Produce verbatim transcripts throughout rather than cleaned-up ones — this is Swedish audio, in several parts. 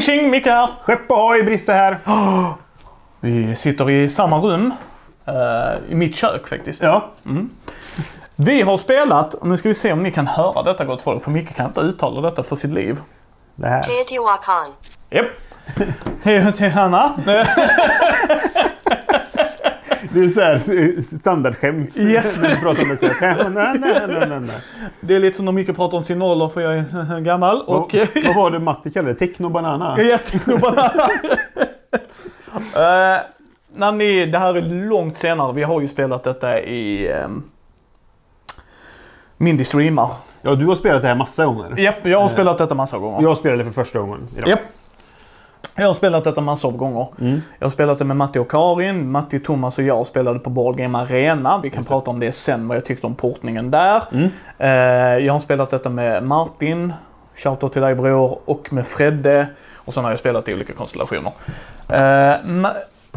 tjing, Micke här. Skepp ohoj, Brisse här. Oh, vi sitter i samma rum. Uh, I mitt kök faktiskt. Ja. Mm. Vi har spelat, och nu ska vi se om ni kan höra detta gott folk. För Micke kan inte uttala detta för sitt liv. Det här. Teotihuacan. Japp. Teotihuacan. Det är så här standardskämt. Yes. När vi pratar om det spelet. Nej, nej, nej, nej, nej. Det är lite som när Micke pratar om sin ålder för jag är gammal. Och vad, vad var det Matti kallade det? Technobanana? Ja, technobanana. uh, när ni, det här är långt senare. Vi har ju spelat detta i um, Mindy streamar. Ja, du har spelat det här massa gånger. Japp, jag har spelat detta massa gånger. Jag spelade det för första gången idag. Japp. Jag har spelat detta massor av gånger. Mm. Jag har spelat det med Matti och Karin. Matti, Thomas och jag spelade på Board Game Arena. Vi kan prata om det sen, vad jag tyckte om portningen där. Mm. Uh, jag har spelat detta med Martin. Shoutout till dig bror. Och med Fredde. Och sen har jag spelat i olika konstellationer. Uh,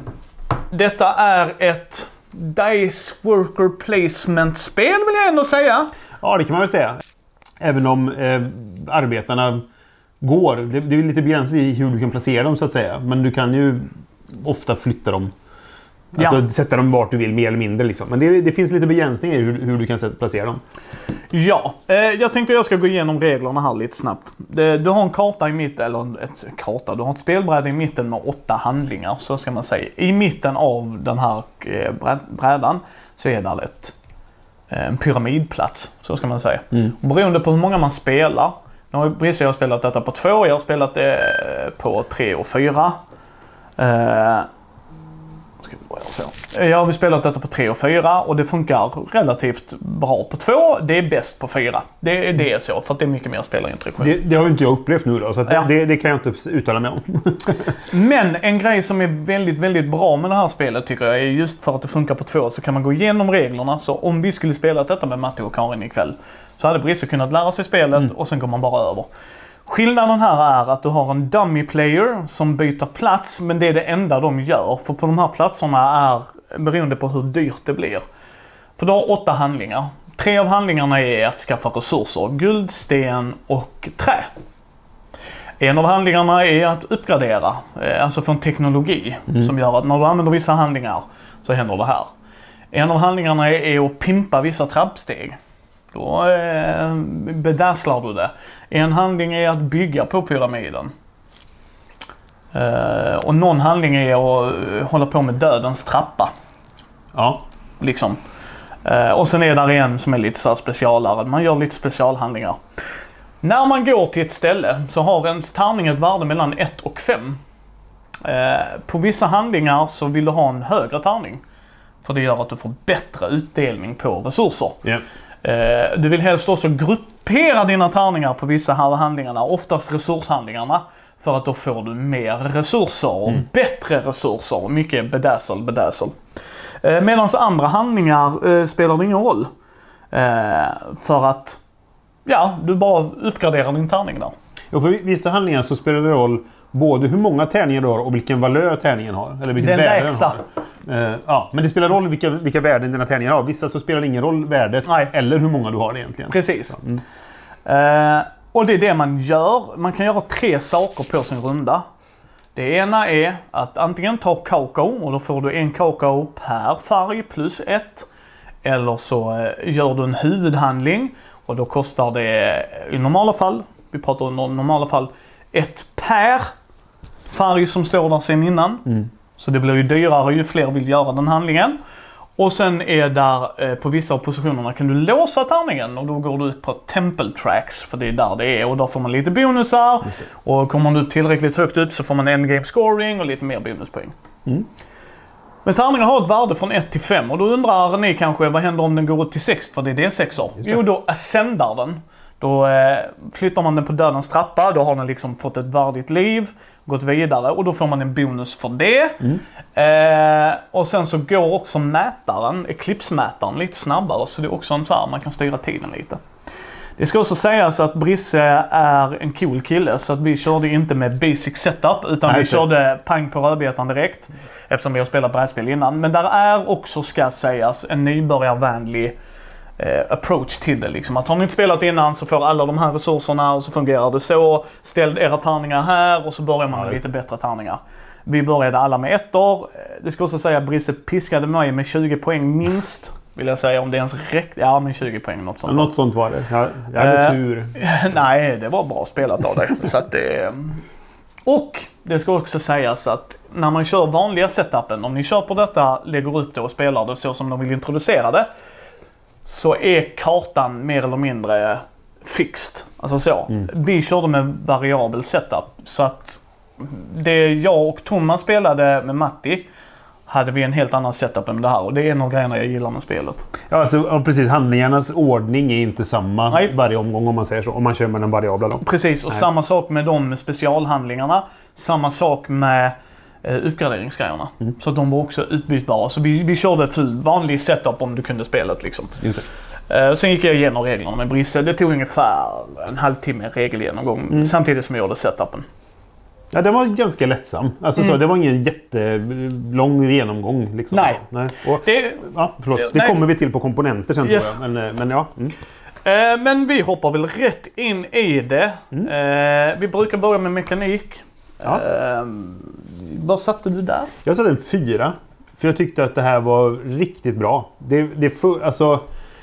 detta är ett Dice Worker Placement-spel vill jag ändå säga. Ja, det kan man väl säga. Även om eh, arbetarna går. Det, det är lite begränsat i hur du kan placera dem så att säga. Men du kan ju ofta flytta dem. Alltså ja. Sätta dem vart du vill mer eller mindre liksom. Men det, det finns lite begränsningar i hur, hur du kan placera dem. Ja, eh, jag tänkte jag ska gå igenom reglerna här lite snabbt. Det, du har en karta i mitten, eller ett karta, du har ett spelbräde i mitten med åtta handlingar, så ska man säga. I mitten av den här eh, brädan så är det ett, en pyramidplats, så ska man säga. Mm. Beroende på hur många man spelar. Nu har Brisse jag har spelat detta på två, jag har spelat det på tre och fyra. Eh, Ska vi börja så. Jag har spelat detta på tre och fyra och det funkar relativt bra på två. Det är bäst på fyra. Det är det så, för att det är mycket mer spelarinteraktion. Det, det har ju inte jag upplevt nu då, så att ja. det, det kan jag inte uttala mig om. Men en grej som är väldigt, väldigt bra med det här spelet tycker jag är just för att det funkar på två så kan man gå igenom reglerna. Så om vi skulle spela detta med Matti och Karin ikväll så hade Brisse kunnat lära sig spelet mm. och sen går man bara över. Skillnaden här är att du har en dummy player som byter plats, men det är det enda de gör. För på de här platserna är beroende på hur dyrt det blir. För du har åtta handlingar. Tre av handlingarna är att skaffa resurser, guld, sten och trä. En av handlingarna är att uppgradera, alltså få en teknologi mm. som gör att när du använder vissa handlingar så händer det här. En av handlingarna är att pimpa vissa trappsteg. Då eh, bedasslar du det. En handling är att bygga på pyramiden. Eh, och någon handling är att hålla på med dödens trappa. Ja. Liksom. Eh, och sen är där en som är lite så här specialare. Man gör lite specialhandlingar. När man går till ett ställe så har en tärning ett värde mellan ett och fem. Eh, på vissa handlingar så vill du ha en högre tärning. För det gör att du får bättre utdelning på resurser. Yeah. Du vill helst också gruppera dina tärningar på vissa handlingarna, oftast resurshandlingarna, för att då får du mer resurser och mm. bättre resurser och mycket bedazzle, bedazzle. Medan andra handlingar spelar det ingen roll. För att ja, du bara uppgraderar din tärning där. Ja, för vissa handlingar så spelar det roll både hur många tärningar du har och vilken valör tärningen har. Eller vilken den värde lägsta. Den har. Uh, ja, men det spelar roll vilka, vilka värden dina tärningar har. Vissa så spelar det ingen roll värdet. Nej. Eller hur många du har egentligen. Precis. Mm. Uh, och det är det man gör. Man kan göra tre saker på sin runda. Det ena är att antingen ta kakao och då får du en kakao per färg plus ett. Eller så uh, gör du en huvudhandling och då kostar det i normala fall, vi pratar om normala fall, ett per färg som står där sen innan. Mm. Så det blir ju dyrare ju fler vill göra den handlingen. Och sen är där eh, på vissa av positionerna kan du låsa tärningen och då går du ut på temple tracks för det är där det är och då får man lite bonusar. Och kommer man upp tillräckligt högt upp så får man endgame scoring och lite mer bonuspoäng. Mm. Men tärningen har ett värde från ett till fem och då undrar ni kanske vad händer om den går upp till sex för det är det sex år. Jo, då ascendar den. Då eh, flyttar man den på dödens trappa, då har den liksom fått ett värdigt liv, gått vidare och då får man en bonus för det. Mm. Eh, och sen så går också mätaren, eclipse-mätaren lite snabbare så det är också en så här, man kan styra tiden lite. Det ska också sägas att Brisse är en cool kille så att vi körde inte med basic setup utan Nej, vi körde pang på rödbetan direkt eftersom vi har spelat brädspel innan. Men där är också, ska sägas, en nybörjarvänlig eh, approach till det. Liksom. Att har ni inte spelat innan så får alla de här resurserna och så fungerar det så. Ställ era tärningar här och så börjar man med ja, lite bättre tärningar. Vi började alla med ettor. Det ska också säga att Brisse piskade mig med tjugo poäng minst. Vill jag säga, om det ens räckte. Ja, men tjugo poäng, något sånt. Ja, något sånt var det. Jag, jag hade uh, tur. Nej, det var bra spelat av dig. Så att det... Och det ska också sägas att när man kör vanliga setupen, om ni kör på detta, lägger upp det och spelar det så som de vill introducera det, så är kartan mer eller mindre fixed. Alltså så. Mm. Vi körde med variabel setup. Så att det jag och Thomas spelade med Matti hade vi en helt annan setup än det här. Och det är en av grejerna jag gillar med spelet. Ja, alltså, precis. Handlingarnas ordning är inte samma Nej. varje omgång om man säger så. Om man kör med den variabla då. Precis, och Nej. samma sak med de specialhandlingarna. Samma sak med eh, uppgraderingsgrejerna. Mm. Så att de var också utbytbara. Så vi, vi körde ett vanlig setup om du kunde spelet liksom. Just det. Eh, sen gick jag igenom reglerna med Brisse. Det tog ungefär en halvtimme regelgenomgång. Mm. Samtidigt som jag gjorde setupen. Ja, det var ganska lättsam. Alltså, mm. så, det var ingen jättelång genomgång. Liksom. Nej. nej. Och, det, ja, förlåt. Det nej. kommer vi till på komponenter sen yes. tror jag. Men, men ja. Mm. Eh, men vi hoppar väl rätt in i det. Mm. Eh, vi brukar börja med mekanik. Ja. Eh, vad satte du där? Jag satte en fyra. För jag tyckte att det här var riktigt bra. Det, det för, alltså...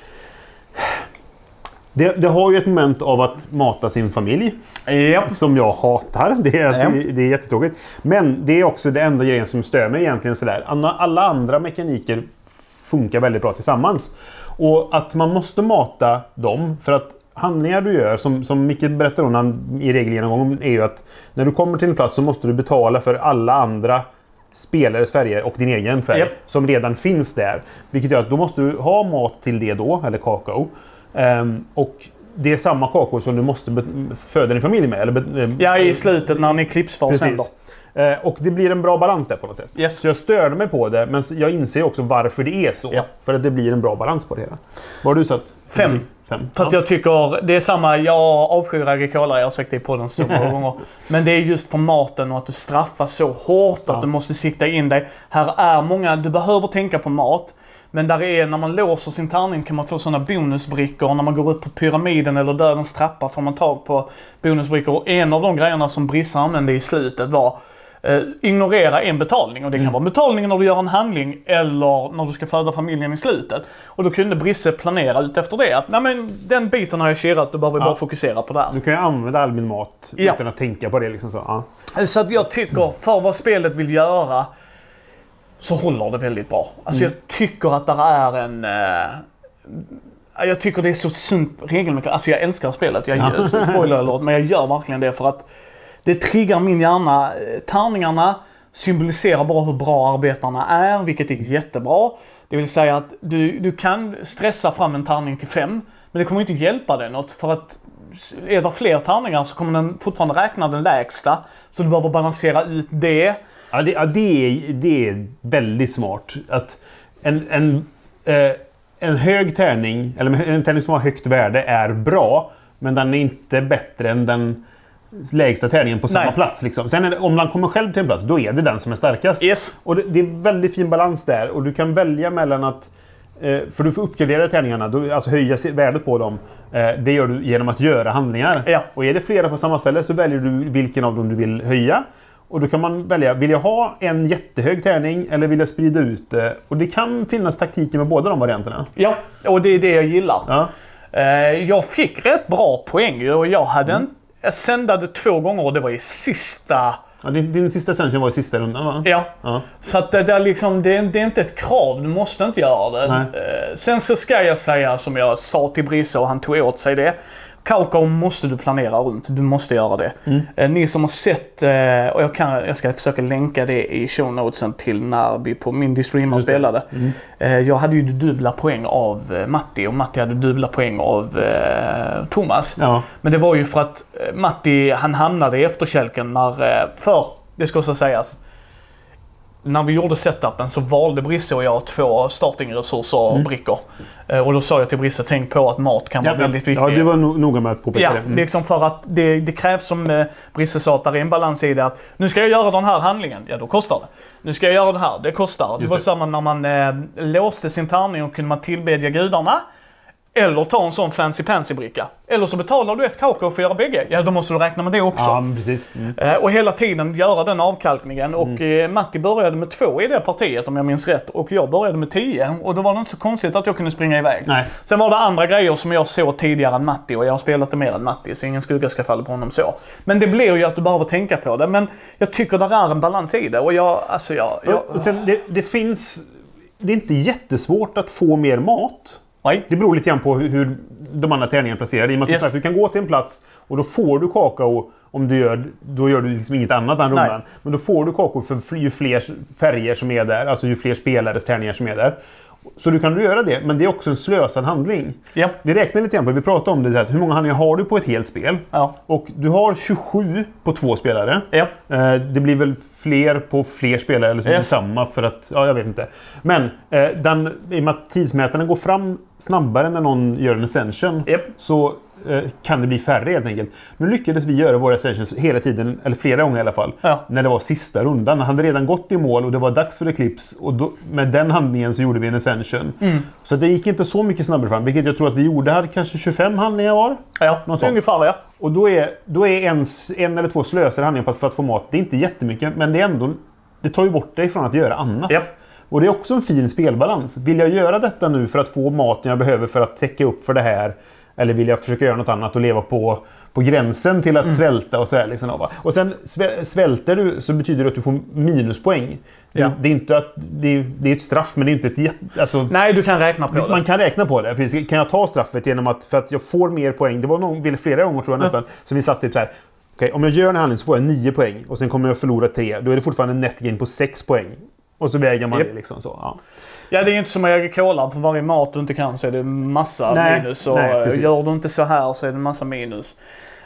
Det, det har ju ett moment av att mata sin familj. Ja. Som jag hatar. Det är, ja. det, det är jättetråkigt. Men det är också det enda grejen som stör mig egentligen sådär. Alla andra mekaniker funkar väldigt bra tillsammans. Och att man måste mata dem för att handlingar du gör, som, som Micke berättar om i regelgenomgången, är ju att när du kommer till en plats så måste du betala för alla andra spelares färger och din egen färg yep. som redan finns där. Vilket gör att då måste du ha mat till det då, eller kakao. Um, och det är samma kakor som du måste be- föda din familj med. Eller be- ja, i slutet när ni klipps för sen då. Uh, och det blir en bra balans där på något sätt. Yes. Så jag störde mig på det, men jag inser också varför det är så. Ja. För att det blir en bra balans på det hela. Vad har du satt? Fem. Fem. För att jag tycker, det är samma, jag avskyr agrikola, jag har sagt det på den så många gånger. Men det är just för maten och att du straffar så hårt ja. att du måste sikta in dig. Här är många, du behöver tänka på mat. Men där är, när man låser sin tärning kan man få sådana bonusbrickor. När man går upp på pyramiden eller dödens trappa får man tag på bonusbrickor. Och en av de grejerna som Brisse använde i slutet var eh, ignorera en betalning. Och det kan mm. vara betalningen när du gör en handling eller när du ska föda familjen i slutet. Och då kunde Brisse planera ut efter det. Att nej men, den biten har jag kirat, då behöver vi ja. bara fokusera på det. Du kan ju använda all min mat ja. utan att tänka på det. Liksom så. Ja. så att jag tycker, för vad spelet vill göra, så håller det väldigt bra. Alltså mm. jag tycker att det är en... Eh, jag tycker det är så sunt regelmekanik. Alltså jag älskar spelet. Jag gör, spoiler alert, men jag gör verkligen det för att det triggar min hjärna. Tärningarna symboliserar bara hur bra arbetarna är, vilket är jättebra. Det vill säga att du, du kan stressa fram en tärning till fem, men det kommer inte hjälpa dig något för att är det fler tärningar så kommer den fortfarande räkna den lägsta. Så du behöver balansera ut det. Ja, det, ja, det, är, det är väldigt smart. Att en, en, eh, en hög tärning, eller en tärning som har högt värde är bra, men den är inte bättre än den lägsta tärningen på samma Nej. plats. Liksom. Sen är det, om man kommer själv till en plats, då är det den som är starkast. Yes. Och det, det är väldigt fin balans där. Och du kan välja mellan att, eh, för du får uppgradera tärningarna, då, alltså höja värdet på dem. Eh, det gör du genom att göra handlingar. Ja. Och är det flera på samma ställe så väljer du vilken av dem du vill höja. Och då kan man välja, vill jag ha en jättehög tärning eller vill jag sprida ut det? Och det kan finnas taktiker med båda de varianterna. Ja, och det är det jag gillar. Ja. Jag fick rätt bra poäng och jag hade en, jag sändade två gånger och det var i sista... Ja, din, din sista session var i sista rundan, va? Ja, ja. Så att det, där liksom, det, det är inte ett krav, du måste inte göra det. Nej. Sen så ska jag säga, som jag sa till Brisse och han tog åt sig det. Kakao måste du planera runt, du måste göra det. Mm. Eh, ni som har sett, eh, och jag, kan, jag ska försöka länka det i show notesen till när vi på Mindy Streamer spelade. Mm. Eh, jag hade ju dubbla poäng av eh, Matti och Matti hade dubbla poäng av eh, Thomas. Ja. Men det var ju för att eh, Matti, han hamnade i efterkälken när, eh, för det ska också sägas, när vi gjorde setupen så valde Brisse och jag två startingresurser och mm. brickor. Och då sa jag till Brisse, tänk på att mat kan ja, vara väldigt viktigt. Ja, det var no- noga med att påpeka det. Ja, mm. liksom för att det, det krävs, som eh, Brisse sa, att det är en balans i det att nu ska jag göra den här handlingen, ja då kostar det. Nu ska jag göra det här, det kostar. Det var det. Samma när man eh, låste sin tärning och kunde man tillbedja gudarna. Eller ta en sån fancy pansy-bricka. Eller så betalar du ett kakao för att göra bägge. Ja, då måste du räkna med det också. Ja, men precis. Mm. Eh, och hela tiden göra den avkalkningen. Och mm. eh, Matti började med två i det partiet om jag minns rätt. Och jag började med tio. Och då var det inte så konstigt att jag kunde springa iväg. Nej. Sen var det andra grejer som jag såg tidigare än Matti. Och jag har spelat det mer än Matti. Så ingen skugga ska falla på honom så. Men det blir ju att du behöver tänka på det. Men jag tycker det är en balans i det. Och jag, alltså jag... jag... Och sen, det, det finns... Det är inte jättesvårt att få mer mat. Nej. Det beror lite grann på hur de andra träningarna placerar. I och med att yes. du, sagt, du kan gå till en plats och då får du kakao om du gör, då gör du liksom inget annat än rundan. Men då får du kakao för ju fler färger som är där, alltså ju fler spelares tärningar som är där. Så du kan du göra det, men det är också en slösad handling. Ja. Vi räknar lite grann på, vi pratade om det så här, hur många handlingar har du på ett helt spel? Ja. Och du har tjugosju på två spelare. Ja. Eh, det blir väl fler på fler spelare eller så yes. samma för att, ja jag vet inte. Men eh, den, i och med att tidsmätarna går fram snabbare när någon gör en ascension yep. så eh, kan det bli färre helt enkelt. Nu lyckades vi göra våra ascensions hela tiden, eller flera gånger i alla fall, ja. när det var sista rundan. Han hade redan gått i mål och det var dags för Eclipse och då, med den handlingen så gjorde vi en ascension. Mm. Så det gick inte så mycket snabbare fram, vilket jag tror att vi gjorde här, kanske tjugofem handlingar var. Ja, ungefär ja. Och då är, då är en, en eller två slösare handlingar för att få mat. Det är inte jättemycket, men det är ändå, det tar ju bort dig från att göra annat. Yep. Och det är också en fin spelbalans. Vill jag göra detta nu för att få maten jag behöver för att täcka upp för det här? Eller vill jag försöka göra något annat och leva på, på gränsen till att mm. svälta och så här liksom. Och sen svälter du så betyder det att du får minuspoäng. Ja. Det är inte att det är, det är ett straff, men det är inte ett jätte, alltså, nej, du kan räkna på det. Man kan räkna på det. Precis. Kan jag ta straffet genom att för att jag får mer poäng? Det var någon flera gånger tror jag nästan mm. så vi satt typ så här. Okej, om jag gör en handling så får jag nio poäng och sen kommer jag förlora tre. Då är det fortfarande en net gain på sex poäng. Och så väger man yep. det liksom så. Ja. Ja, det är inte som att jag kolar på varje mat du inte kan så är det massa nej, minus. Och nej, gör du inte så här så är det en massa minus.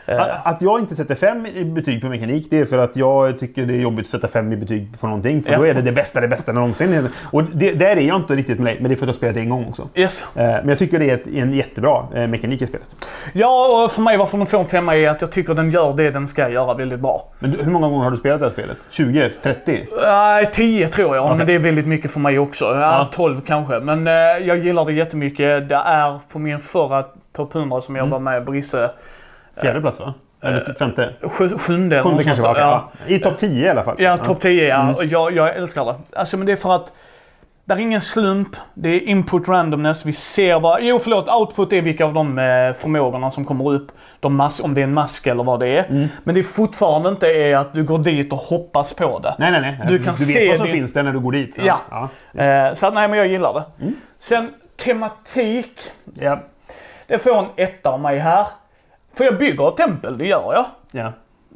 Att jag inte sätter fem i betyg på mekanik, det är för att jag tycker det är jobbigt att sätta fem i betyg på någonting. För ja. då är det det bästa, det bästa någonsin. Och det, där är jag inte riktigt med dig, men det är för att jag har spelat det en gång också. Yes. Men jag tycker det är ett, en jättebra mekanik i spelet. Ja, och för mig varför den får en femma är att jag tycker den gör det den ska göra väldigt bra. Men hur många gånger har du spelat det här spelet? tjugo? trettio? Nej, uh, tio tror jag. Okay. Men det är väldigt mycket för mig också. Ja, ja. tolv kanske. Men uh, jag gillar det jättemycket. Det är på min förra topp hundra som jag mm. var med Brisse. Fjärde plats va? Eller femte? Sju, sjunde. Sjunde kanske var, ja. I topp tio i alla fall. Ja, topp tio, ja. Mm. Och jag, jag älskar det. Alltså, men det är för att det är ingen slump. Det är input randomness. Vi ser vad... Jo, förlåt. Output är vilka av de förmågorna som kommer upp. De mas- om det är en mask eller vad det är. Mm. Men det är fortfarande inte är att du går dit och hoppas på det. Nej, nej, nej. Du, kan du se vet vad som din... finns där när du går dit. Så. Ja. ja eh, så nej, men jag gillar det. Mm. Sen tematik. Ja. Det får en etta av mig här. För jag bygger ett tempel, det gör jag. Ja.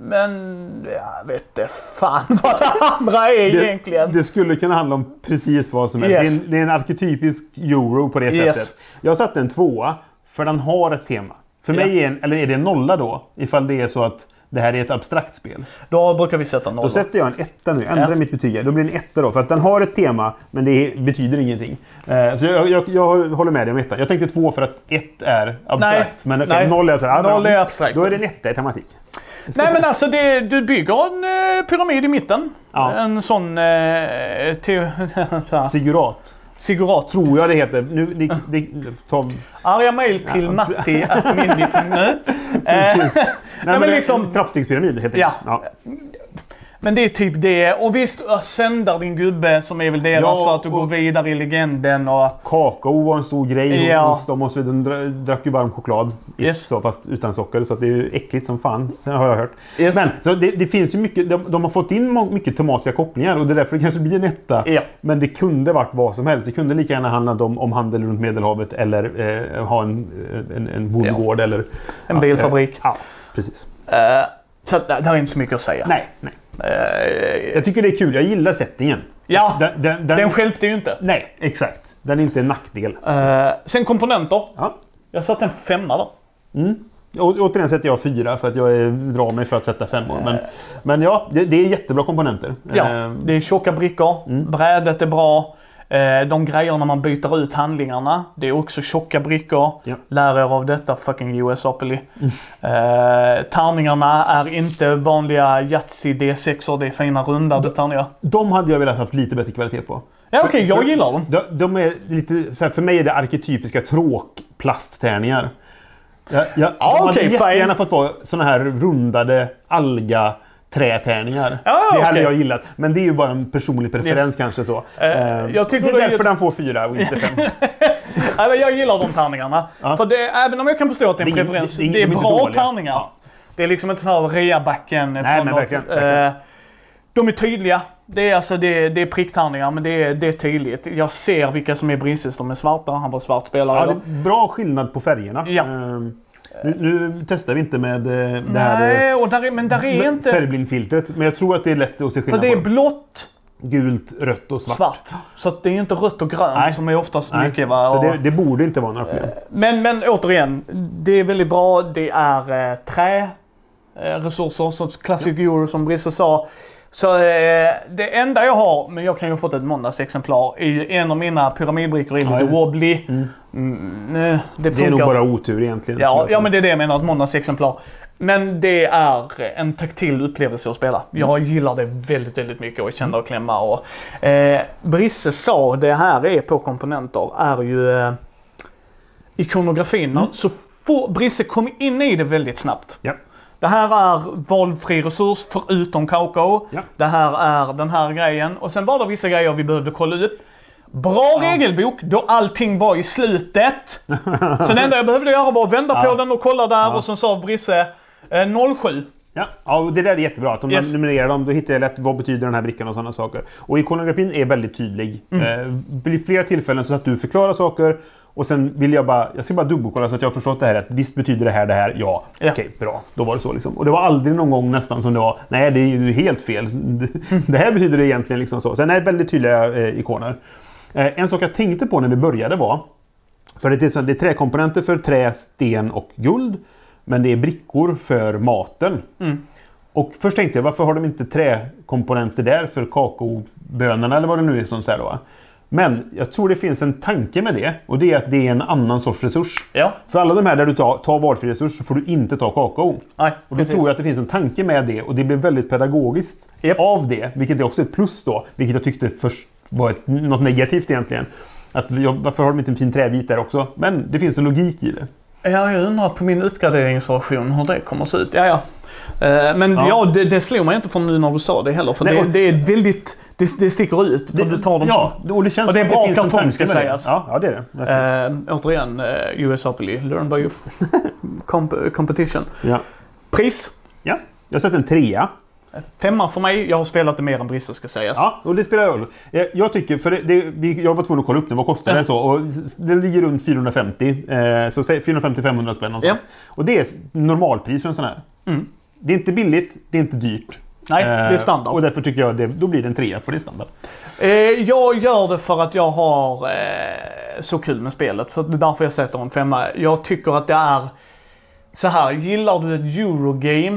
Men jag vet inte fan vad det andra är det, egentligen. Det skulle kunna handla om precis vad som helst. Yes. Det, är en, det är en arketypisk euro på det yes. sättet. Jag satte en tvåa för den har ett tema. För ja. mig är en, eller är det en nolla då? Ifall det är så att det här är ett abstrakt spel. Då brukar vi sätta nolla. Då sätter jag en etta nu. Ändrar ja. mitt betyg. Då blir det en etta då. För att den har ett tema, men det betyder ingenting. Uh, så jag, jag, jag håller med dig om ettan. Jag tänkte två för att ett är abstrakt. Nej. Men okay, Nej. noll är, så här, noll är abstrakt. Då är det en etta i tematik. Nej men alltså det, du bygger en eh, pyramid i mitten. Ja. En sån... Eh, te, så Sigurat. Sigurat. Tror jag det heter. Nu, det, det, Tom. Arga mail till ja. Matti att mindy punkt nu. Nej, men, men liksom... Trappstegspyramid helt enkelt. Ja. ja. Men det är typ det. Och visst, sändar din gubbe som är väl det ja, så att du går vidare i legenden. Och... Kakao var en stor grej ja. hos dem och så de drack ju varm choklad. Yes. Så, fast utan socker. Så att det är ju äckligt som fan, har jag hört. Yes. Men så det, det finns ju mycket, de, de har fått in mycket tematiska kopplingar och det är därför det kanske blir en etta. Ja. Men det kunde varit vad som helst. Det kunde lika gärna handla om, om handel runt Medelhavet eller eh, ha en, en, en bondgård ja. eller... En ja, bilfabrik. Eh, ja, precis. Uh, så det, det har inte så mycket att säga. Nej, nej. Uh, jag tycker det är kul. Jag gillar settingen. Ja, den, den, den, den stjälpte ju inte. Nej, exakt. Den är inte en nackdel. Uh, sen komponenter. Ja. Jag satte en femma då. Mm. Å, återigen sätter jag fyra för att jag är, drar mig för att sätta femmor. Men, men ja, det, det är jättebra komponenter. Ja, uh, det är tjocka brickor. Mm. Brädet är bra. De grejerna man byter ut handlingarna, det är också tjocka brickor. Ja. Lär er av detta fucking U S-Opoly. Mm. Eh, tärningarna är inte vanliga Yahtzee D sex-or, det är fina rundade tärningar. De hade jag velat ha lite bättre kvalitet på. Ja okej, okay, jag gillar dem. De, de är lite, så här, för mig är det arketypiska tråk plasttärningar. Jag, jag, Ja, de okej, hade fine. jättegärna fått vara såna här rundade alga trätärningar. Ja, det hade okej. jag gillat. Men det är ju bara en personlig preferens Yes. kanske så. Eh, jag tycker det är det är därför ju- den får fyra och inte fem. Eller jag gillar de tärningarna. Ja. För det, även om jag kan förstå att det är en Det är ing- preferens, det är ing- det är de är inte bra dåliga. tärningar. Ja. Det är liksom inte så här reabacken. Nej, från men något, verkligen, verkligen. eh, De är tydliga. Det är, alltså, det, det är pricktärningar, men det är, det är tydligt. Jag ser vilka som är Brisses. De är svarta. Han var svart spelare. Ja, då. det är bra skillnad på färgerna. Ja. Ehm, nu, nu testar vi inte med eh, det här Nej, och där är, men där är eh, inte... färgblindfiltret. Men jag tror att det är lätt att se För skillnad det är på. blått, Gult, rött och svart. svart. Så att det är inte rött och grönt Nej. som är oftast Nej, mycket. Va? så Och- det, det borde inte vara några problem. Men, men återigen, det är väldigt bra. Det är eh, trä, eh, resurser, så classic euro som Brisse sa. Så eh, det enda jag har, men jag kan ju ha fått ett måndagsexemplar, är ju en av mina pyramidbrickor är lite Ja, wobbly. Mm. Mm, det Det är nog funkar. bara otur egentligen. skulle Ja, jag ja, tro. men det är det jag menar, ett måndagsexemplar. Men det är en taktil upplevelse att spela. Jag gillar det väldigt, väldigt mycket och kände att klämma. Och, eh, Brisse sa, det här är på komponenter, är ju eh, ikonografin. Mm. Så får Brisse kom in i det väldigt snabbt. Ja. Det här är valfri resurs förutom kakao. Ja. Det här är den här grejen. Och sen var det vissa grejer vi behövde kolla upp. Bra regelbok då allting var i slutet. Så det enda jag behövde göra var att vända Ja. på den och kolla där. Ja. Och sen sa Brisse eh, noll sju. Ja, ja, och det där är jättebra. Att om Yes. man numrerar dem, då hittar jag lätt vad betyder den här brickan och sådana saker. Och ikonografin är väldigt tydlig. Mm. Eh, vid flera tillfällen så att du förklarar saker och sen vill jag bara, jag ska bara dubbelkolla så att jag har förstått det här. Att visst betyder det här det här? Ja. Ja. Okej, bra. Då var det så liksom. Och det var aldrig någon gång nästan som det var, nej det är ju helt fel. Det här betyder det egentligen liksom så. Sen är det väldigt tydliga eh, ikoner. Eh, en sak jag tänkte på när vi började var, för det är, så, det är träkomponenter för trä, sten och guld. Men det är brickor för maten. Mm. Och först tänkte jag, varför har de inte träkomponenter där för kakaobönorna eller vad det nu är som säger då? Men jag tror det finns en tanke med det. Och det är att det är en annan sorts resurs. Ja. För alla de här där du tar, tar valfri resurs så får du inte ta kakao. Nej, Och då precis. tror jag att det finns en tanke med det. Och det blir väldigt pedagogiskt Japp. av det. Vilket är också ett plus då. Vilket jag tyckte först var ett, något negativt egentligen. Att jag, varför har de inte en fin träbit där också? Men det finns en logik i det. Ja, jag undrar på min uppgraderingsversion hur det kommer att se ut. Ja, ja. Eh, Men ja, Ja. det, det slog mig inte från nu när du sa det heller. För Nej, det, och- det är väldigt... Det, det sticker ut. För du tar dem ja, och det känns och det är som bra att finns en kartong, tanke ska med det. sägas. Ja, ja, det är det. Verkligen. Eh, återigen, eh, U S Apely, learn by your comp- competition. Ja. Pris? Ja, jag har sett en trea. Femma för mig. Jag har spelat det mer än Brisse ska sägas. Ja, och det spelar roll. Jag, jag tycker, för det, det, vi- jag var tvungen att kolla upp det, vad kostar det så? Och s- det ligger runt fyrahundrafemtio, eh, så säg fyrahundrafemtio till femhundra spänn någonstans. Och det är normalpris för en sån här. Mm. Det är inte billigt, det är inte dyrt. Nej, det är standard. Eh, och därför tycker jag det, då blir det en trea, för det är standard. Eh, jag gör det för att jag har eh, så kul med spelet. Så det är därför jag sätter en femma. Jag tycker att det är så här. Gillar du ett Eurogame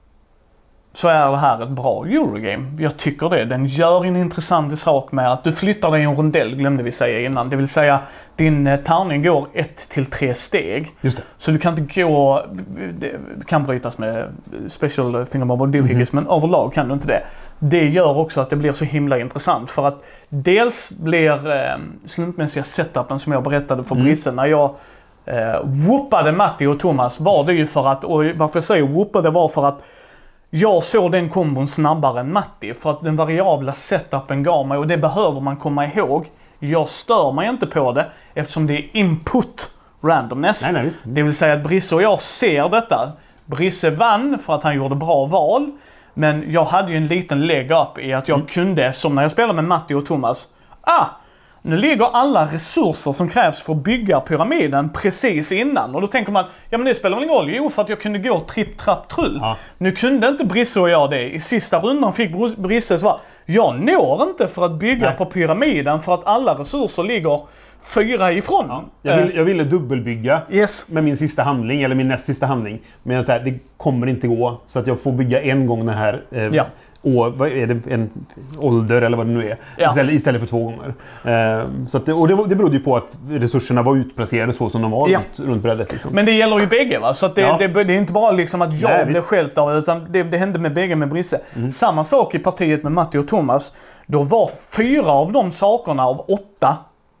så är det här ett bra Eurogame. Jag tycker det. Den gör en intressant sak med att du flyttar dig i en rondell, glömde vi säga innan. Det vill säga, din eh, tärning går ett till tre steg. Just det. Så du kan inte gå... Det kan brytas med special thingamabob doohickeys, men överlag kan du inte det. Det gör också att det blir så himla intressant. För att dels blir eh, slumpmässiga setupen som jag berättade för Mm. Brisse när jag eh, whoopade Matti och Thomas var det ju för att... Och varför jag säger whoopade var för att jag såg den kombon snabbare än Matti. För att den variabla setupen gav mig, och det behöver man komma ihåg. Jag stör mig inte på det eftersom det är input randomness. Nej, nej, visst. Det vill säga att Brisse och jag ser detta. Brisse vann för att han gjorde bra val. Men jag hade ju en liten leg up i att jag Mm. kunde, som när jag spelade med Matti och Thomas. Ah! Nu ligger alla resurser som krävs för att bygga pyramiden precis innan. Och då tänker man, ja men det spelar väl ingen roll? Jo, för att jag kunde gå tripp, trapp, trull. Ja. Nu kunde inte Brisse och jag det. I sista rundan fick Br- Brisse så var jag når inte för att bygga Nej. på pyramiden för att alla resurser ligger fyra ifrån. Ja. Jag, vill, jag ville dubbelbygga Yes. med min sista handling, eller min näst sista handling. Men jag, så här, det kommer inte gå. Så att jag får bygga en gång den här... Eh, Ja. Och vad är det? En ålder eller vad det nu är. Ja. Istället, istället för två gånger. Eh, så att det, och det, var- det berodde ju på att resurserna var utplacerade så som de var Ja. runt, runt brädet. Liksom. Men det gäller ju bägge va? Så att det, Ja. det, det är inte bara liksom att jag Nej, blev visst. stjälpt av det, utan det, det hände med bägge med Brisse. Samma sak i partiet med Matti och Thomas. Då var fyra av de sakerna av åtta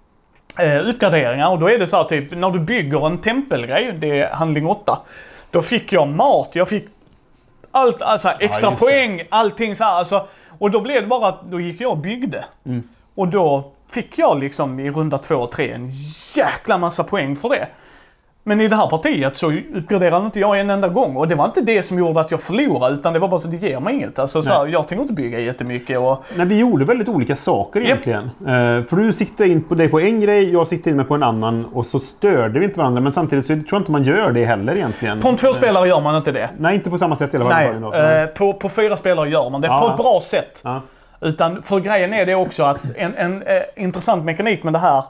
eh, uppgraderingar. Och då är det så här typ, när du bygger en tempelgrej, det är handling åtta. Då fick jag mat, jag fick allt, alltså extra ja, poäng, allting så här. Alltså, och då blev det bara att då gick jag och byggde. Mm. Och då fick jag liksom i runda två och tre en jäkla massa poäng för det. Men i det här partiet så uppgraderade inte jag en enda gång. Och det var inte det som gjorde att jag förlorade, utan det var bara så att det ger mig inget. Alltså, så här, jag tänker inte bygga jättemycket. Och... Nej, vi gjorde väldigt olika saker egentligen. Yep. Uh, för du siktade in på dig på en grej, jag siktade in mig på en annan. Och så störde vi inte varandra. Men samtidigt så tror jag inte man gör det heller egentligen. På en två spelare gör man inte det. Nej, inte på samma sätt. Eller Nej, uh, på, på fyra spelare gör man det. Ja. På ett bra sätt. Ja. Utan för grejen är det också att en, en eh, intressant mekanik med det här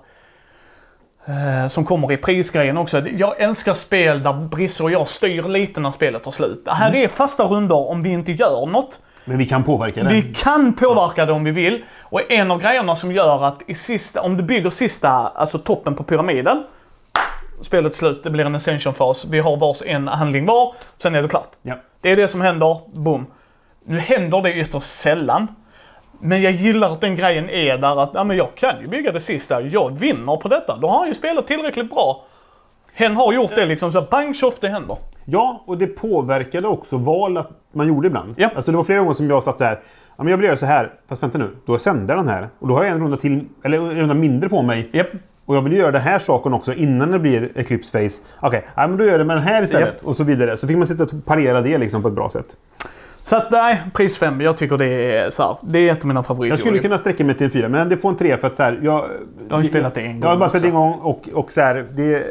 eh, som kommer i prisgrejen också. Jag älskar spel där Brisse och jag styr lite när spelet tar slut. Det här mm. är fasta rundor om vi inte gör något. Men vi kan påverka det. Vi kan påverka det om vi vill. Och en av grejerna som gör att i sista, om du bygger sista, alltså toppen på pyramiden, spelet slut, det blir en ascension-fas. Vi har vars en handling var, sen är det klart. Ja. Det är det som händer, boom. Nu händer det ytterst sällan. Men jag gillar att den grejen är där att ja, men jag kan ju bygga det sista. Jag vinner på detta. Då har han ju spelat tillräckligt bra. Hen har gjort det liksom så bang tjoff det händer. Ja, och det påverkade också val att man gjorde ibland. Ja. Alltså det var flera gånger som jag satt så här. Ja, men jag vill göra så här. Fast vänta nu. Då sänder den här. Och då har jag en runda till, eller en runda mindre på mig. Yep. Och jag vill göra den här saken också innan det blir Eclipse Phase. Okej, okay, ja, men då gör jag det med den här istället. Yep. Och så vidare. Så fick man sitta och parera det liksom på ett bra sätt. Så att nej, pris fem, jag tycker det är så här, det är ett av mina favoriter. Jag skulle kunna sträcka mig till en fyra, men det får en tre för att så här, jag... Jag har ju spelat det en gång. Jag har bara spelat en gång och, och så här, det...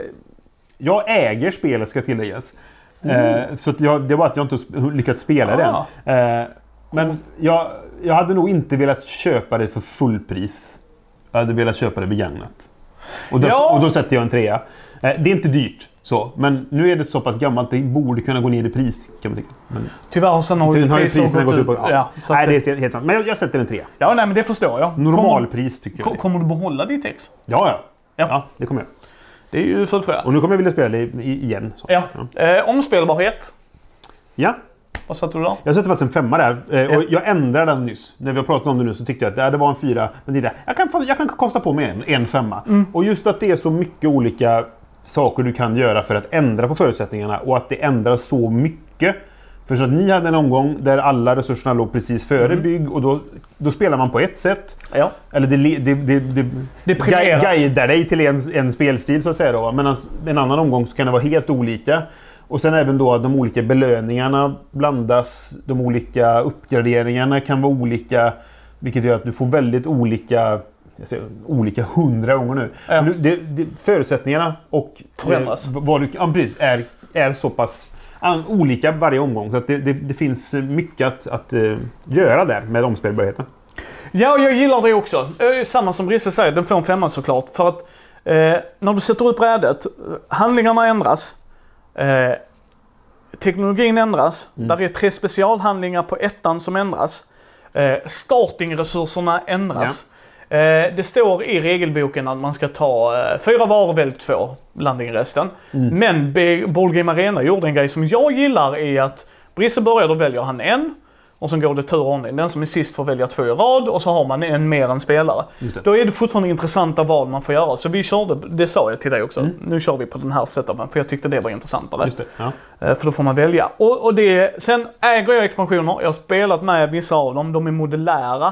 Jag äger spelet, ska tilläggas. Mm. Eh, så att jag, det är bara att jag inte lyckats spela ah. det än. Eh, men jag, jag hade nog inte velat köpa det för fullpris. Jag hade velat köpa det begagnat. Och då, ja. och då sätter jag en trea. Eh, det är inte dyrt. Så, men nu är det så pass gammalt, det borde kunna gå ner i pris, kan man tycka. Men tyvärr sen har ju priserna gått upp. Ja. Ja, nej, det är helt sant. Men jag, jag sätter en tre. Ja, nej, men det förstår jag. Normalpris tycker kom, jag. Kommer du behålla ditt ex? Ja, ja. Ja, ja det kommer jag. Det är ju fullfölja. Och nu kommer jag vilja spela det igen. Så. Ja. ja. Eh, omspelbarhet. Ja. Vad satte du då? Jag sätter faktiskt en femma där. Eh, ja. Och jag ändrade den nyss. När vi har pratat om det nu så tyckte jag att det, det var en fyra. Men det där, jag, kan, jag kan kosta på mig en, en femma. Mm. Och just att det är så mycket olika saker du kan göra för att ändra på förutsättningarna. Och att det ändrar så mycket. För så att ni hade en omgång där alla resurserna låg precis före mm. bygg. Och då, då spelar man på ett sätt. Ja. Eller det, det, det, det, det guidar dig till en, en spelstil så att säga då. Men en annan omgång så kan det vara helt olika. Och sen även då de olika belöningarna blandas. De olika uppgraderingarna kan vara olika. Vilket gör att du får väldigt olika... Jag säger olika hundra gånger nu. Ja. Men det, det, förutsättningarna och förändras. Eh, vad du, ja, precis, är, är så pass an, olika varje omgång. Så att det, det, det finns mycket att, att uh, göra där med omspelbarheten. Ja, jag gillar det också. Samma som Risse säger, den får en femma såklart. För att eh, när du sätter upp brädet, handlingarna ändras. Eh, teknologin ändras. Mm. Där är tre specialhandlingar på ettan som ändras. Eh, startingresurserna ändras. Ja. Eh, det står i regelboken att man ska ta eh, fyra varor, välj två, landning resten. Mm. Men Be- Board Game Arena gjorde en grej som jag gillar är att Brisse börjar, då väljer han en. Och så går det turordning. Den som är sist får välja två i rad och så har man en mer än spelare. Då är det fortfarande intressanta val man får göra. Så vi körde, det sa jag till dig också. Mm. Nu kör vi på den här setupen för jag tyckte det var intressantare. Just det, ja. För då får man välja. Och, och det, sen äger jag expansioner. Jag har spelat med vissa av dem. De är modulära.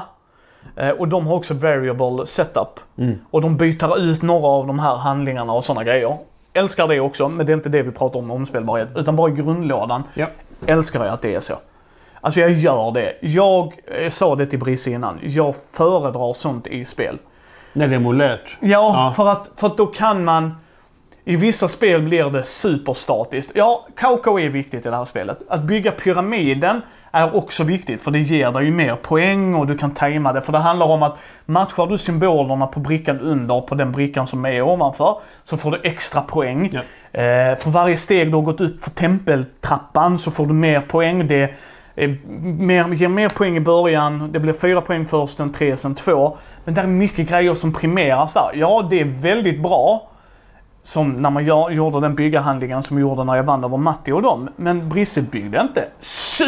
Och de har också variable setup. Mm. Och de byter ut några av de här handlingarna och sådana grejer. Älskar det också, men det är inte det vi pratar om omspelbarhet. Utan bara i grundlådan. Ja. Älskar jag att det är så. Alltså jag gör det. Jag, jag sa det till Brisse innan. Jag föredrar sånt i spel. När det är modulärt. Ja, ja. För, att, för att då kan man... I vissa spel blir det superstatiskt. Ja, K K är viktigt i det här spelet. Att bygga pyramiden är också viktigt. För det ger dig ju mer poäng och du kan tajma det. För det handlar om att matchar du symbolerna på brickan under på den brickan som är ovanför. Så får du extra poäng. Ja. Eh, för varje steg du har gått upp för tempeltrappan så får du mer poäng. Det Mer, ger mer poäng i början. Det blir fyra poäng först, sen tre, sen två. Men det är mycket grejer som primeras där. Ja, det är väldigt bra. Som när man gör, gjorde den byggarhandlingen som gjorde när jag vann över Matti och dem. Men Brisse byggde inte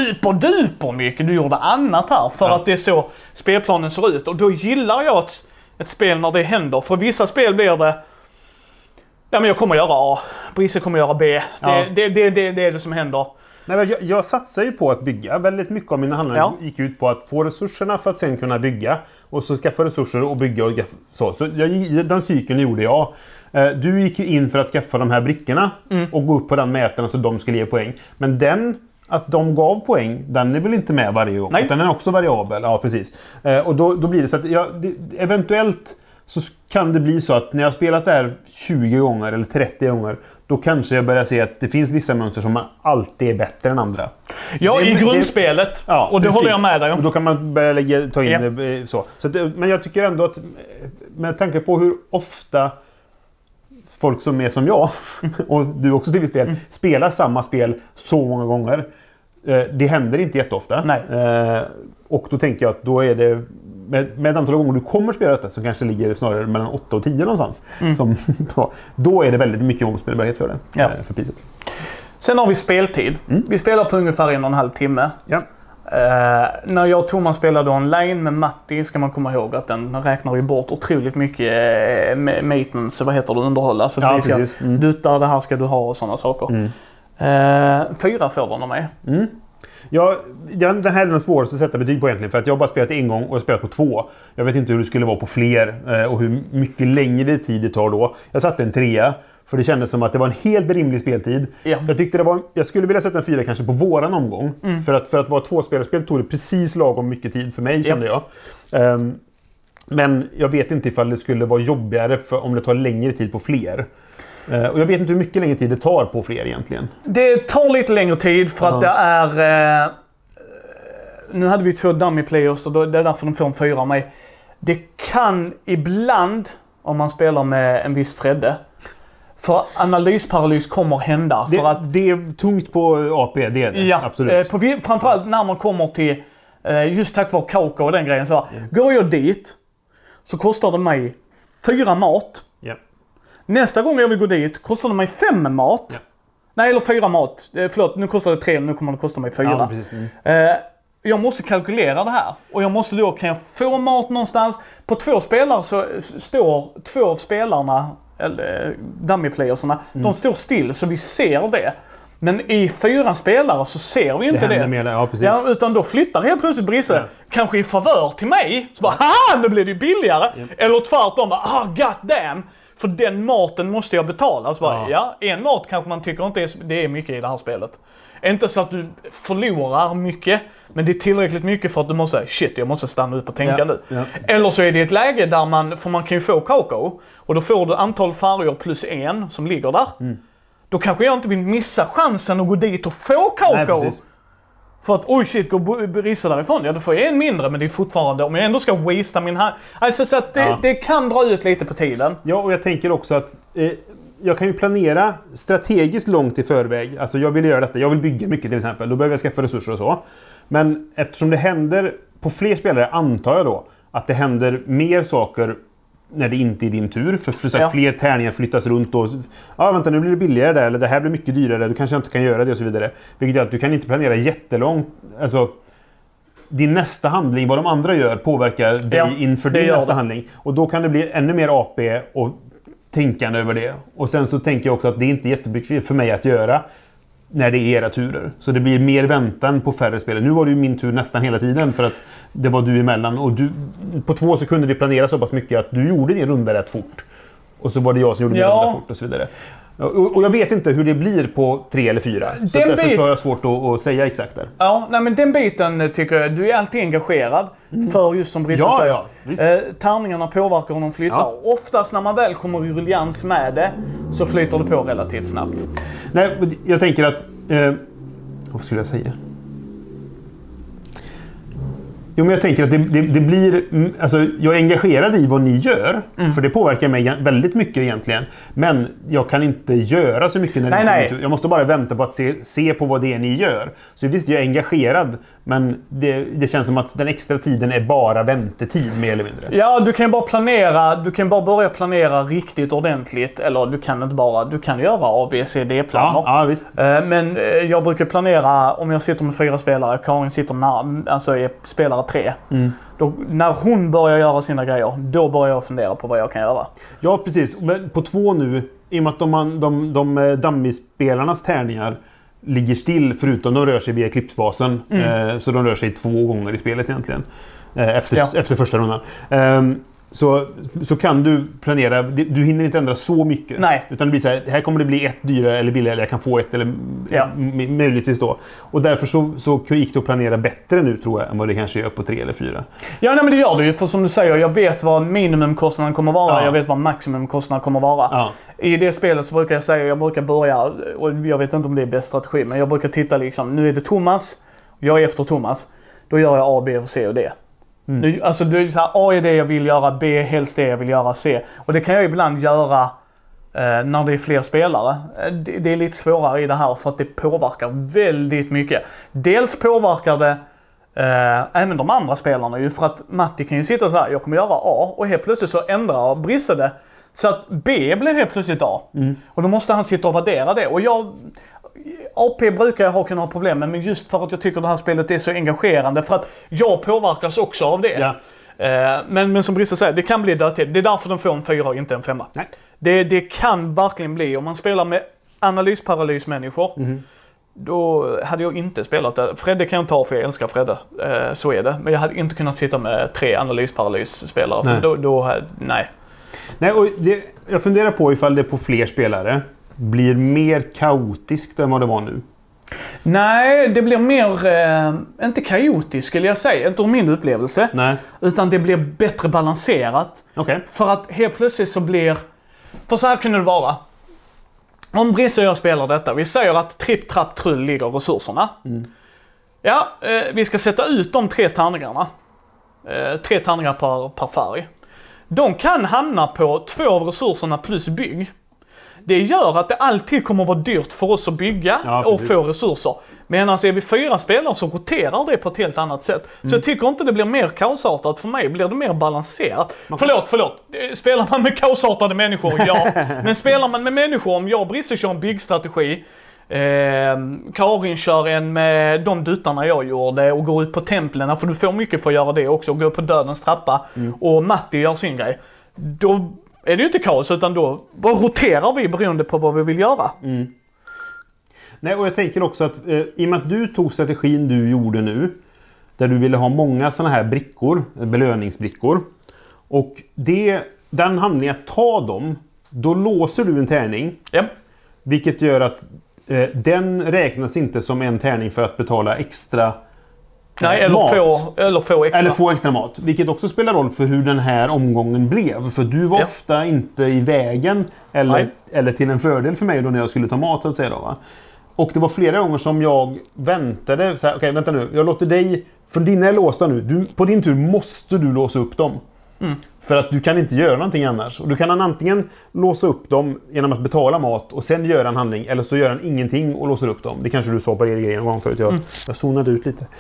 superduper mycket. Du gjorde annat här för ja. Att det är så spelplanen ser ut. Och då gillar jag att ett spel när det händer. För vissa spel blir det, ja men jag kommer göra A, Brisse kommer göra B. Ja. Det, det, det, det, det är det som händer. Nej, men jag, jag satsar ju på att bygga. Väldigt mycket av mina handlingar Ja. gick ut på att få resurserna för att sen kunna bygga. Och så skaffa resurser och bygga och så. Så jag, den cykeln gjorde jag. Du gick ju in för att skaffa de här brickorna mm. och gå upp på den mätaren så de skulle ge poäng. Men den, att de gav poäng, den är väl inte med varje gång. Nej. Den är också variabel. Ja, precis. Och då, då blir det så att jag, det, eventuellt så kan det bli så att när jag har spelat det här tjugo gånger eller trettio gånger, då kanske jag börjar se att det finns vissa mönster som alltid är bättre än andra. Ja, det, i det, grundspelet. Ja, och det precis. håller jag med dig om. Och då kan man börja lägga, ta in ja. det så. så det, men jag tycker ändå att med tanke på hur ofta folk som är som jag, och du också till viss del, mm. spelar samma spel så många gånger. Det händer inte jätteofta. Nej. Och då tänker jag att då är det med, med ett antal gånger du kommer spela detta som kanske ligger snarare mellan åtta och tio någonstans. Mm. Som, då, då är det väldigt mycket omspelbarhet för det. Ja. För priset. Sen har vi speltid. Mm. Vi spelar på ungefär en och en halv timme. Ja. Uh, när jag och Thomas spelade online med Matti ska man komma ihåg att den räknar ju bort otroligt mycket uh, maintenance, vad heter det, underhålla. Så ja, vi ska mm. dutta, det här ska du ha och sådana saker. Mm. Uh, fyra får den av mig. Mm. Ja, den här är den svåraste att sätta betyg på egentligen. För att jag har bara spelat en gång och jag spelat på två. Jag vet inte hur det skulle vara på fler och hur mycket längre tid det tar då. Jag satte en trea. För det kändes som att det var en helt rimlig speltid. Ja. Jag tyckte det var, jag skulle vilja sätta en fyra kanske på våran omgång. Mm. För, att, för att vara tvåspelarspel tog det precis lagom mycket tid för mig, kände ja. jag. Um, men jag vet inte ifall det skulle vara jobbigare för, om det tar längre tid på fler. Uh, och jag vet inte hur mycket längre tid det tar på fler egentligen. Det tar lite längre tid för uh-huh. att det är... Uh, nu hade vi två dummy players och då, det är därför de får en fyra av mig. Det kan ibland, om man spelar med en viss Fredde, för analysparalys kommer hända. Det, för att, det är tungt på A P, det är det. Ja, absolut. Eh, på, framförallt när man kommer till, eh, just tack vare Kauko och den grejen. Så, mm. Går jag dit så kostar det mig fyra mat. Yeah. Nästa gång jag vill gå dit kostar det mig fem mat. Yeah. Nej, eller fyra mat. Eh, förlåt, nu kostar det tre, nu kommer det kosta mig fyra. Ja, precis. Mm. Eh, jag måste kalkylera det här. Och jag måste då, kan jag få mat någonstans? På två spelare så står två av spelarna, eller dummy-playersarna, mm. de står still så vi ser det. Men i fyra spelare så ser vi inte det. det. Mer, ja, precis. Ja, utan då flyttar helt plötsligt Brisse, ja. kanske i favör till mig. Så bara, haha, nu blir det billigare. Ja. Eller tvärtom, ah, god damn. För den maten måste jag betala. Så bara, ja. ja, en mat kanske man tycker inte är, det är mycket i det här spelet. Inte så att du förlorar mycket, men det är tillräckligt mycket för att du måste säga shit, jag måste stanna upp och tänka ja, nu. Ja. Eller så är det ett läge där man, för man kan ju få Kauko, och då får du antal färger plus en som ligger där. Mm. Då kanske jag inte vill missa chansen att gå dit och få Kauko. Nej, för att, oj shit, går Brisse därifrån. Ja, då får jag en mindre, men det är fortfarande, om jag ändå ska wastea min hand. Alltså så att det, ja. det kan dra ut lite på tiden. Ja, och jag tänker också att eh, jag kan ju planera strategiskt långt i förväg. Alltså jag vill göra detta, jag vill bygga mycket till exempel. Då behöver jag skaffa resurser och så. Men eftersom det händer på fler spelare, antar jag då, att det händer mer saker när det inte är din tur. För, för så att ja. fler tärningar flyttas runt och ja, vänta, nu blir det billigare där, eller det här blir mycket dyrare, du kanske inte kan göra det och så vidare. Vilket gör att du kan inte planera jättelångt. Alltså, din nästa handling, vad de andra gör, påverkar dig ja, inför din nästa det. handling. Och då kan det bli ännu mer A P och tänkande över det. Och sen så tänker jag också att det är inte jättemycket för mig att göra när det är era turer. Så det blir mer väntan på färre spel. Nu var det ju min tur nästan hela tiden för att det var du emellan. Och du, på två sekunder vi planera så pass mycket att du gjorde din runda rätt fort. Och så var det jag som gjorde min ja. runda fort och så vidare. Och, och jag vet inte hur det blir på tre eller fyra. Så därför bit... så har jag svårt att, att säga exakt där. Ja, nej, men den biten tycker jag, du är alltid engagerad mm. för just som Brisse ja, säger. Ja, eh, tärningarna påverkar honom flyttar. Ja. Oftast när man väl kommer i ruljans med det så flyter det på relativt snabbt. Nej, jag tänker att... Eh, vad skulle jag säga? Jo, men jag tänker att det, det, det blir... Alltså, jag är engagerad i vad ni gör. Mm. För det påverkar mig väldigt mycket egentligen. Men jag kan inte göra så mycket när nej, det nej. Jag måste bara vänta på att se, se på vad det är ni gör. Så visst, jag är engagerad. Men det, det känns som att den extra tiden är bara väntetid, mer eller mindre. Ja, du kan bara planera. Du kan bara börja planera riktigt ordentligt. Eller du kan inte bara... Du kan göra A, B, C, D-planer. Ja, ja, visst. Men jag brukar planera om jag sitter med fyra spelare. Karin sitter när, alltså är spelare tre. Mm. Då, när hon börjar göra sina grejer, då börjar jag fundera på vad jag kan göra. Ja, precis. Men på två nu, i och med att de, de, de, de dummy-spelarnas tärningar ligger still, förutom de rör sig via klippsfasen. Mm. Eh, så de rör sig två gånger i spelet egentligen. Eh, efter, ja. efter första rundan. Eh, så, så kan du planera, du hinner inte ändra så mycket. Nej. Utan det blir så här, här kommer det bli ett dyrare eller billigare, eller jag kan få ett eller ja. möjligtvis då. Och därför så, så gick det att planera bättre nu, tror jag, än vad det kanske gör på tre eller fyra. Ja, nej, men det gör det ju. För som du säger, jag vet vad minimumkostnaden kommer vara. Ja. Jag vet vad maximumkostnaden kommer vara. Ja. I det spelet så brukar jag säga, jag brukar börja, och jag vet inte om det är bäst strategi, men jag brukar titta liksom, nu är det Thomas, jag är efter Thomas. Då gör jag A, B, C och D. Mm. Nu, alltså det är så här, A är det jag vill göra, B helst det jag vill göra, C. Och det kan jag ibland göra eh, när det är fler spelare. Det, det är lite svårare i det här för att det påverkar väldigt mycket. Dels påverkar det eh, även de andra spelarna ju, för att Matti kan ju sitta så här, jag kommer göra A och helt plötsligt så ändrar Brisse det. Så att B blir helt plötsligt A. Mm. Och då måste han sitta och värdera det. Och jag... A P brukar jag ha kunnat ha problem med, men just för att jag tycker det här spelet är så engagerande, för att jag påverkas också av det. Ja. Eh, men, men som Brisse säger, det kan bli dödtid. Det är därför de får en fyra och inte en femma. Nej. Det, det kan verkligen bli, om man spelar med analysparalysmänniskor, mm. då hade jag inte spelat det. Fredde kan jag ta, för jag älskar Fredde. Eh, så är det. Men jag hade inte kunnat sitta med tre analysparalysspelare. För då, då, nej. Nej, och det, jag funderar på ifall det på fler spelare blir mer kaotiskt än vad det var nu. Nej, det blir mer, eh, inte kaotiskt skulle jag säga, inte om min upplevelse. Nej. Utan det blir bättre balanserat. Okay. För att helt plötsligt så blir, för så här kunde det vara. Om Brisse och jag spelar detta, vi säger att tripp, trapp, trull ligger resurserna. Mm. Ja, eh, vi ska sätta ut de tre tärningarna. Eh, tre tärningar per, per färg. De kan hamna på två av resurserna plus bygg. Det gör att det alltid kommer att vara dyrt för oss att bygga ja, och få resurser. Medan är vi fyra spelare så roterar det på ett helt annat sätt. Mm. Så jag tycker inte det blir mer kaosartat. För mig blir det mer balanserat. Man kan... Förlåt, förlåt. Spelar man med kaosartade människor, ja. Men spelar man med människor, om jag och Brisse kör en byggstrategi, Eh, Karin kör en med de duttarna jag gjorde och går ut på templen, för du får mycket för att göra det också, och går på dödens trappa, mm. och Matti gör sin grej. Då är det ju inte kaos, utan då bara roterar vi beroende på vad vi vill göra. Mm. Nej, och jag tänker också att eh, i och med att du tog strategin du gjorde nu, där du ville ha många såna här brickor, belöningsbrickor, och det, den handlingen att ta dem, då låser du en tärning, ja. Vilket gör att den räknas inte som en tärning för att betala extra Nej, eller mat. Få, eller, få extra. eller få extra mat. Vilket också spelar roll för hur den här omgången blev. För du var ja. ofta inte i vägen eller, eller till en fördel för mig då när jag skulle ta mat, så att säga. Då, va? Och det var flera gånger som jag väntade. Okej, okay, vänta nu. Jag låter dig, för dina är låsta nu. Du, på din tur måste du låsa upp dem. Mm. För att du kan inte göra någonting annars. Och du kan antingen låsa upp dem genom att betala mat och sen göra en handling, eller så gör han ingenting och låser upp dem. Det kanske du sa på er grej en gång förut. Jag, mm. jag zonade ut lite.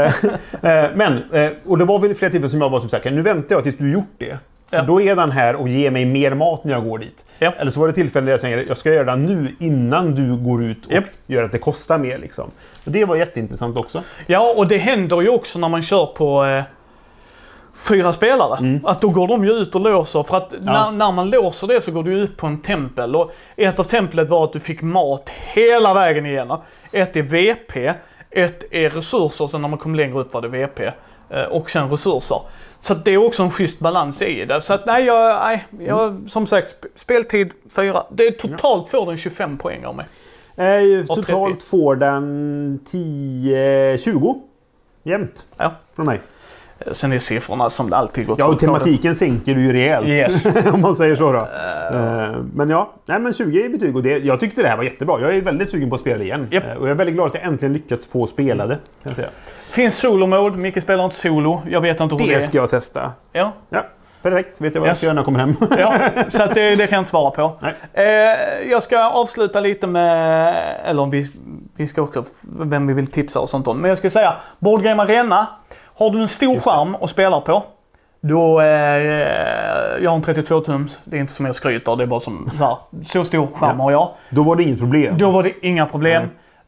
Men, och det var väl flera tillfällen som jag var typ såhär, nu väntar jag tills du gjort det. För ja. Då är den här och ger mig mer mat när jag går dit. Ja. Eller så var det tillfällen där jag tänkte, jag ska göra det nu innan du går ut och ja. gör att det kostar mer. Liksom. Och det var jätteintressant också. Ja, och det händer ju också när man kör på... Eh... fyra spelare. Mm. Att då går de ju ut och låser. För att ja. när, när man låser det så går du ut på en tempel. Och ett av templet var att du fick mat hela vägen igenom. Ett är V P. Ett är resurser. Sen när man kom längre upp var det V P. Och sen resurser. Så att det är också en schysst balans i det. Så att nej, jag, nej jag, mm. som sagt, speltid fyra. Det är totalt får den tjugofem poäng av mig. Eh, totalt får den tio tjugo. Jämnt. Ja. Från mig. Sen är siffrorna som det alltid gått. Ja, och tematiken sänker du ju rejält. Yes. Om man säger så då. Uh. Men ja, nej, men tjugo i betyg. Och det, jag tyckte det här var jättebra. Jag är väldigt sugen på att spela det igen. Yep. Och jag är väldigt glad att jag äntligen lyckats få spela det. Kan jag säga. Finns solo-mode. Micke spelar inte solo. Jag vet inte hur det är. Det ska jag testa. Ja. Ja. Perfekt, vet jag vad yes. jag ska göra när jag kommer hem. Ja, så att det, det kan jag inte svara på. Eh, jag ska avsluta lite med, eller om vi, vi ska också, vem vi vill tipsa och sånt om. Men jag ska säga, Board Game Arena, har du en stor skärm och spelar på, då, eh, jag har en trettiotvå tums, det är inte som jag skryter, det är bara som så här, så stor skärm ja. har jag. Då var det inget problem. Då var det inga problem. Nej.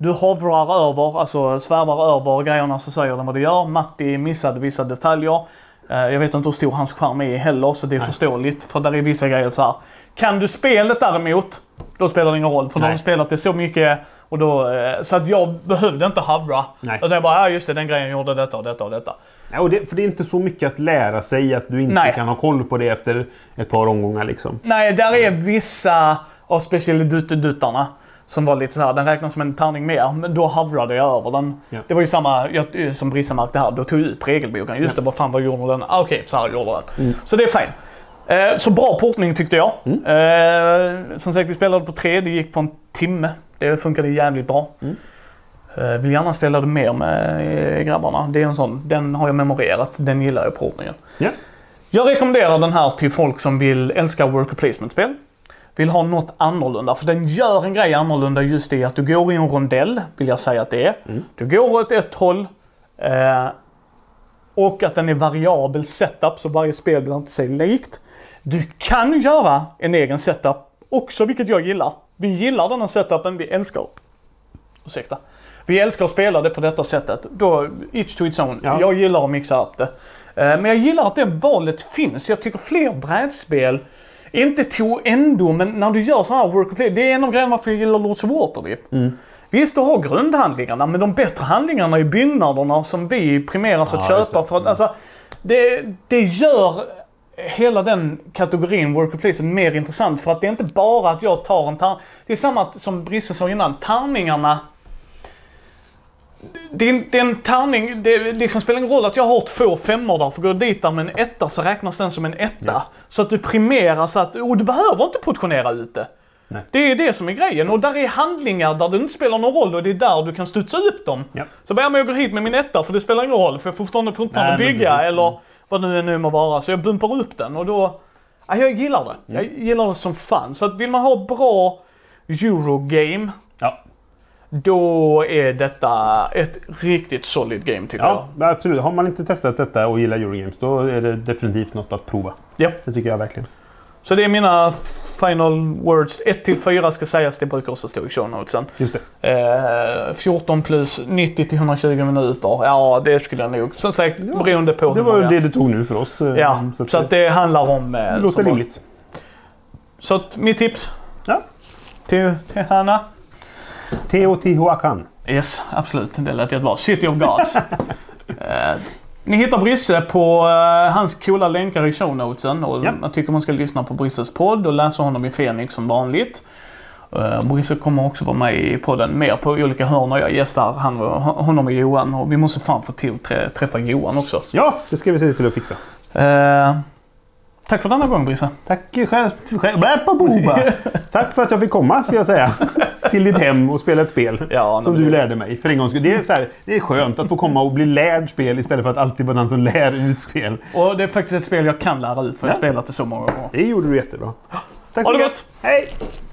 Du hovrar över, alltså svävar över grejerna så säger den vad du gör. Matti missade vissa detaljer. Jag vet inte hur stor hans skärm är heller, så det är Nej. förståeligt. För där är vissa grejer så här. Kan du spelet däremot, då spelar det ingen roll. För då har de spelat det så mycket. Och då, så att jag behövde inte hovra. Och så jag bara, ja just det, den grejen gjorde detta och detta och detta. Ja, och det, för det är inte så mycket att lära sig att du inte Nej. kan ha koll på det efter ett par omgångar liksom. Nej, där är vissa av specialitetdutarna som var lite så här, den räknas som en tärning mer, men då havrade jag över den. Ja. Det var ju samma jag, som Brisse märkte här, då tog jag ut regelboken. Just ja. det, vad fan vad gjorde den? Ah, Okej, okay, så här gjorde den. Mm. Så det är fint. Eh, så bra portning tyckte jag. Mm. Eh, som sagt, vi spelade på tre, det gick på en timme. Det funkade jävligt bra. Mm. Eh, vill gärna spela det mer med grabbarna. Det är en sån, den har jag memorerat, den gillar jag portningen. Ja. Jag rekommenderar den här till folk som vill älska worker placement-spel. Vill ha något annorlunda, för den gör en grej annorlunda just det att du går i en rondell, vill jag säga att det är. Mm. Du går åt ett håll eh, och att den är variabel setup, så varje spel blir inte sig likt. Du kan göra en egen setup också, vilket jag gillar. Vi gillar den här setupen, vi älskar ursäkta. Vi älskar att spela det på detta sättet. Då, each to its own. Ja. Jag gillar att mixa upp det. Eh, men jag gillar att det valet finns. Jag tycker fler brädspel inte to ändå, men när du gör så här work and play, det är en av grejerna varför jag gillar Lords of Waterdeep. Mm. Visst, du har grundhandlingarna, men de bättre handlingarna är byggnaderna som vi primeras ja, att köpa. För att, alltså, det, det gör hela den kategorin work and play mer intressant, för att det är inte bara att jag tar en tärning. Det är samma som Brisse sa innan, tärningarna. Det är, det är en tärning, det liksom spelar ingen roll att jag har två femmor där, för går dit där med en etta så räknas den som en etta. Ja. Så att du primerar så att, och du behöver inte portionera ut det. Nej. Det är det som är grejen, och där är handlingar där det inte spelar någon roll och det är där du kan studsa upp dem. Ja. Så bara jag går hit med min etta för det spelar ingen roll, för jag får fortfarande, fortfarande Nej, bygga eller vad nu är nu må vara, så jag bumpar upp den och då, ja, jag gillar det. Jag gillar det som fan. Så att vill man ha bra Eurogame, ja. Då är detta ett riktigt solid game tycker ja, jag. Ja, absolut. Har man inte testat detta och gillar Eurogames, då är det definitivt något att prova. Ja. Det tycker jag verkligen. Så det är mina final words. ett till fyra ska sägas, det brukar också stå i show notesen. Just det. Eh, fjorton plus nittio till hundratjugo minuter. Ja, det skulle jag nog. Som sagt, ja, beroende på. Det var det det tog nu för oss. Ja, så att, så att det handlar om... Det låter rimligt. Så att mitt tips. Ja. Till, till Hanna. Teotihuacan. Yes, absolut. Det lät jättebra. City of Gods. eh, ni hittar Brisse på eh, hans coola länkar i show notesen. Och ja. Jag tycker man ska lyssna på Brisses podd och läsa honom i Fenix som vanligt. Eh, Brisse kommer också vara med i podden mer på olika hörn. Jag gästar han, honom och Johan. Och vi måste fan få till att träffa Johan också. Ja, det ska vi se till att fixa. Eh, Tack för denna gång, Brisse. Tack själv. Tack för att jag fick komma, ska jag säga. Till ditt hem och spela ett spel. Ja, som du det. lärde mig för en gång. Det är, så här, det är skönt att få komma och bli lärd spel istället för att alltid vara den som lär ut spel. Och det är faktiskt ett spel jag kan lära ut för ja. Jag har spelat det så många gånger. Det gjorde du jättebra. Tack så mycket. Hej!